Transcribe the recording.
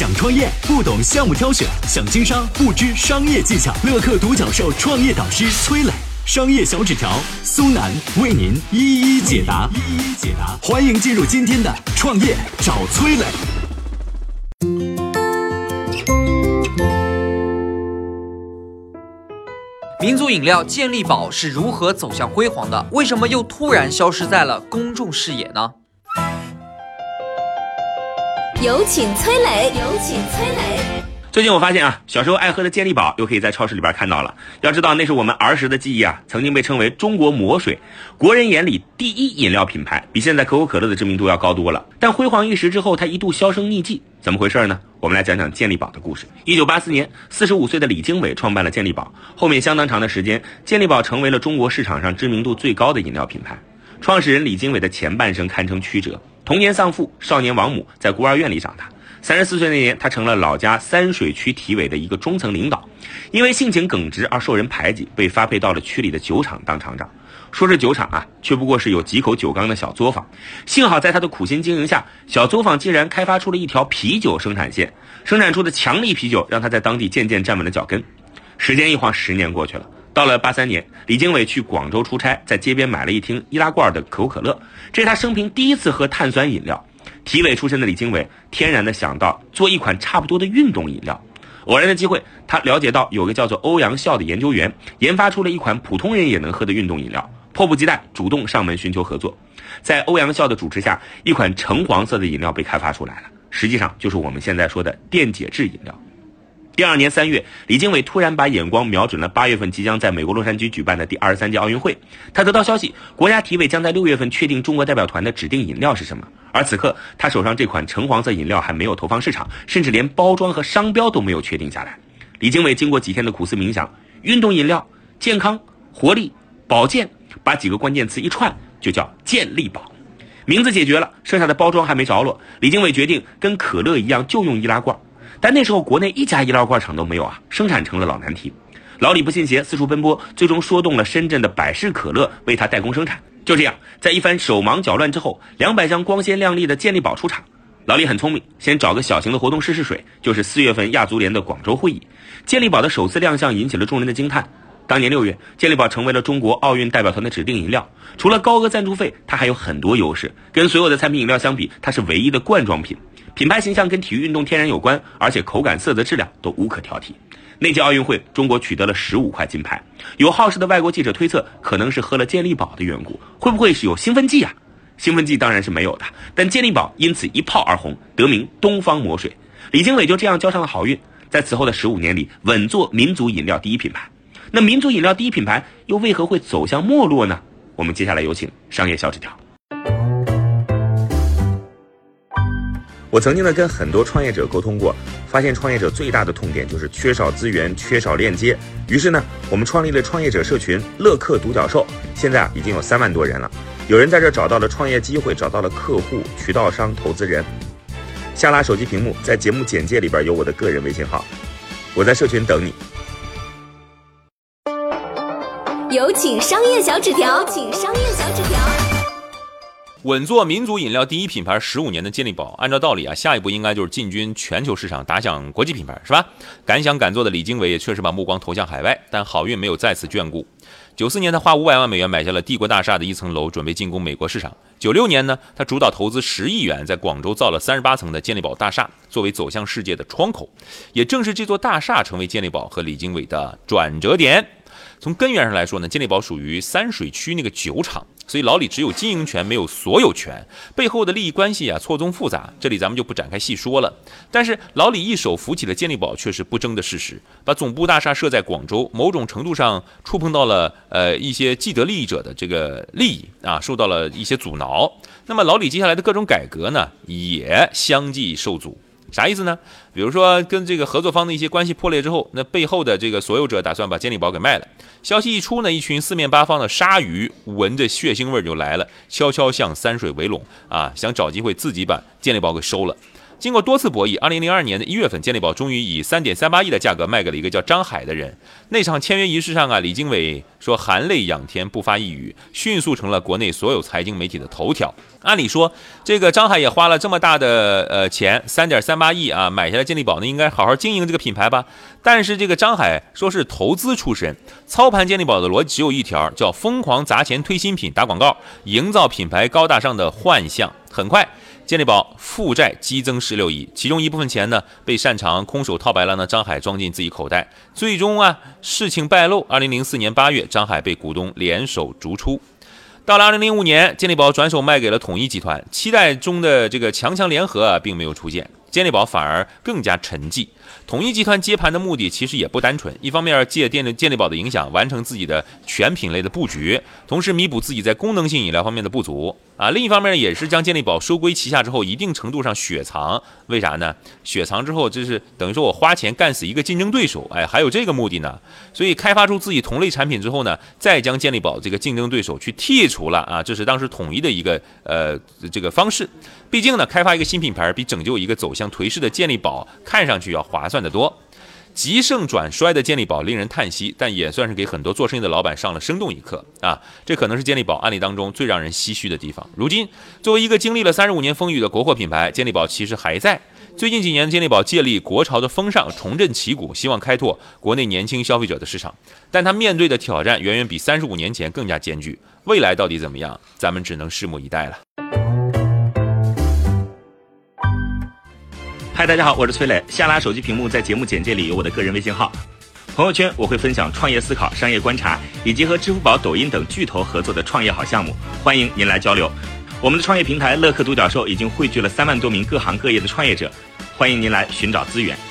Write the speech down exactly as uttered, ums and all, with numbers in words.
想创业不懂项目挑选，想经商不知商业技巧，乐客独角兽创业导师崔磊，商业小纸条苏南为您一一解答，一一解答。欢迎进入今天的创业找崔磊。 民族饮料健力宝是如何走向辉煌的？为什么又突然消失在了公众视野呢？ 有请崔磊，有请崔磊。 最近我发现啊，小时候爱喝的健力宝又可以在超市里边看到了。要知道那是我们儿时的记忆啊，曾经被称为中国魔水，国人眼里第一饮料品牌，比现在可口可乐的知名度要高多了。但辉煌一时之后，它一度销声匿迹，怎么回事呢？我们来讲讲健力宝的故事。一九八四年，四十五岁的李经纬创办了健力宝，后面相当长的时间，健力宝成为了中国市场上知名度最高的饮料品牌。创始人李经纬的前半生堪称曲折，童年丧父，少年亡母，在孤儿院里长大。三十四岁那年，他成了老家三水区体委的一个中层领导，因为性情耿直而受人排挤，被发配到了区里的酒厂当厂长。说是酒厂啊，却不过是有几口酒缸的小作坊。幸好在他的苦心经营下，小作坊竟然开发出了一条啤酒生产线，生产出的强力啤酒让他在当地渐渐站稳了脚跟。时间一晃，十年过去了。到了八三年，李经纬去广州出差，在街边买了一听易拉罐的可口可乐，这是他生平第一次喝碳酸饮料。体委出身的李经纬天然的想到做一款差不多的运动饮料。偶然的机会，他了解到有个叫做欧阳笑的研究员研发出了一款普通人也能喝的运动饮料，迫不及待主动上门寻求合作。在欧阳笑的主持下，一款橙黄色的饮料被开发出来了，实际上就是我们现在说的电解质饮料。第二年三月，李经纬突然把眼光瞄准了八月份即将在美国洛杉矶举办的第二十三届奥运会。他得到消息，国家体委将在六月份确定中国代表团的指定饮料是什么。而此刻，他手上这款橙黄色饮料还没有投放市场，甚至连包装和商标都没有确定下来。李经纬经过几天的苦思冥想，运动饮料、健康、活力、保健，把几个关键词一串，就叫健力宝。名字解决了，剩下的包装还没着落。李经纬决定跟可乐一样，就用易拉罐。但那时候国内一家易拉罐厂都没有啊，生产成了老难题。老李不信邪，四处奔波，最终说动了深圳的百事可乐为他代工生产。就这样，在一番手忙脚乱之后，两百箱光鲜亮丽的健力宝出厂。老李很聪明，先找个小型的活动试试水，就是四月份亚足联的广州会议。健力宝的首次亮相引起了众人的惊叹。当年六月，健力宝成为了中国奥运代表团的指定饮料。除了高额赞助费，它还有很多优势。跟所有的餐品饮料相比，它是唯一的罐装品。品牌形象跟体育运动天然有关，而且口感、色泽、质量都无可挑剔。那届奥运会，中国取得了十五块金牌。有好事的外国记者推测，可能是喝了健力宝的缘故，会不会是有兴奋剂啊？兴奋剂当然是没有的，但健力宝因此一炮而红，得名东方魔水。李经纬就这样交上了好运，在此后的十五年里，稳坐民族饮料第一品牌。那民族饮料第一品牌又为何会走向没落呢？我们接下来有请商业小纸条。我曾经呢跟很多创业者沟通过，发现创业者最大的痛点就是缺少资源，缺少链接。于是呢，我们创立了创业者社群乐客独角兽，现在啊已经有三万多人了。有人在这找到了创业机会，找到了客户、渠道商、投资人。下拉手机屏幕，在节目简介里边有我的个人微信号，我在社群等你。 有请商业小纸条，请商业小纸条。 稳坐民族饮料第一品牌十五年的健力宝，按照道理啊，下一步应该就是进军全球市场，打响国际品牌，是吧？敢想敢做的李经纬也确实把目光投向海外，但好运没有再次眷顾。九四年，他花五百万美元买下了帝国大厦的一层楼，准备进攻美国市场。九六年呢，他主导投资十亿元，在广州造了三十八层的健力宝大厦，作为走向世界的窗口。也正是这座大厦成为健力宝和李经纬的转折点。从根源上来说呢，健力宝属于三水区那个酒厂，所以老李只有经营权，没有所有权，背后的利益关系啊错综复杂，这里咱们就不展开细说了。但是老李一手扶起了健力宝却是不争的事实，把总部大厦设在广州，某种程度上触碰到了呃一些既得利益者的这个利益啊，受到了一些阻挠。那么老李接下来的各种改革呢，也相继受阻。啥意思呢？比如说跟这个合作方的一些关系破裂之后，那背后的这个所有者打算把健力宝给卖了。消息一出呢，一群四面八方的鲨鱼闻着血腥味就来了，悄悄向三水围拢啊，想找机会自己把健力宝给收了。 经过多次博弈，二零零二年的一月份，健力宝终于以 三点三八亿的价格卖给了一个叫张海的人。那场签约仪式上啊，李经纬说含泪仰天不发一语，迅速成了国内所有财经媒体的头条。按理说，这个张海也花了这么大的呃钱 三点三八亿啊，买下来健力宝呢，应该好好经营这个品牌吧。但是这个张海说是投资出身，操盘健力宝的逻辑只有一条，叫疯狂砸钱推新品、打广告，营造品牌高大上的幻象。很快，健力宝负债激增十六亿，其中一部分钱呢被擅长空手套白狼的张海装进自己口袋。最终啊，事情败露，二零零四年八月，张海被股东联手逐出。到了二零零五年，健力宝转手卖给了统一集团，期待中的这个强强联合啊，并没有出现，健力宝反而更加沉寂。统一集团接盘的目的其实也不单纯，一方面借健力健力宝的影响，完成自己的全品类的布局，同时弥补自己在功能性饮料方面的不足啊。另一方面也是将健力宝收归旗下之后，一定程度上雪藏。为啥呢？雪藏之后，就是等于说我花钱干死一个竞争对手，哎，还有这个目的呢。所以开发出自己同类产品之后呢，再将健力宝这个竞争对手去剔除了啊，这是当时统一的一个呃这个方式。毕竟呢，开发一个新品牌比拯救一个走向颓势的健力宝看上去要划算得多。急盛转衰的健力宝令人叹息，但也算是给很多做生意的老板上了生动一课啊！这可能是健力宝案例当中最让人唏嘘的地方。如今，作为一个经历了三十五年风雨的国货品牌，健力宝其实还在。最近几年，健力宝借力国潮的风尚，重振旗鼓，希望开拓国内年轻消费者的市场，但它面对的挑战远远比三十五年前更加艰巨。未来到底怎么样，咱们只能拭目以待了。 嗨，大家好，我是崔磊。下拉手机屏幕，在节目简介里有我的个人微信号。朋友圈我会分享创业思考、商业观察，以及和支付宝、抖音等巨头合作的创业好项目，欢迎您来交流。我们的创业平台乐客独角兽已经汇聚了三万多名各行各业的创业者，欢迎您来寻找资源。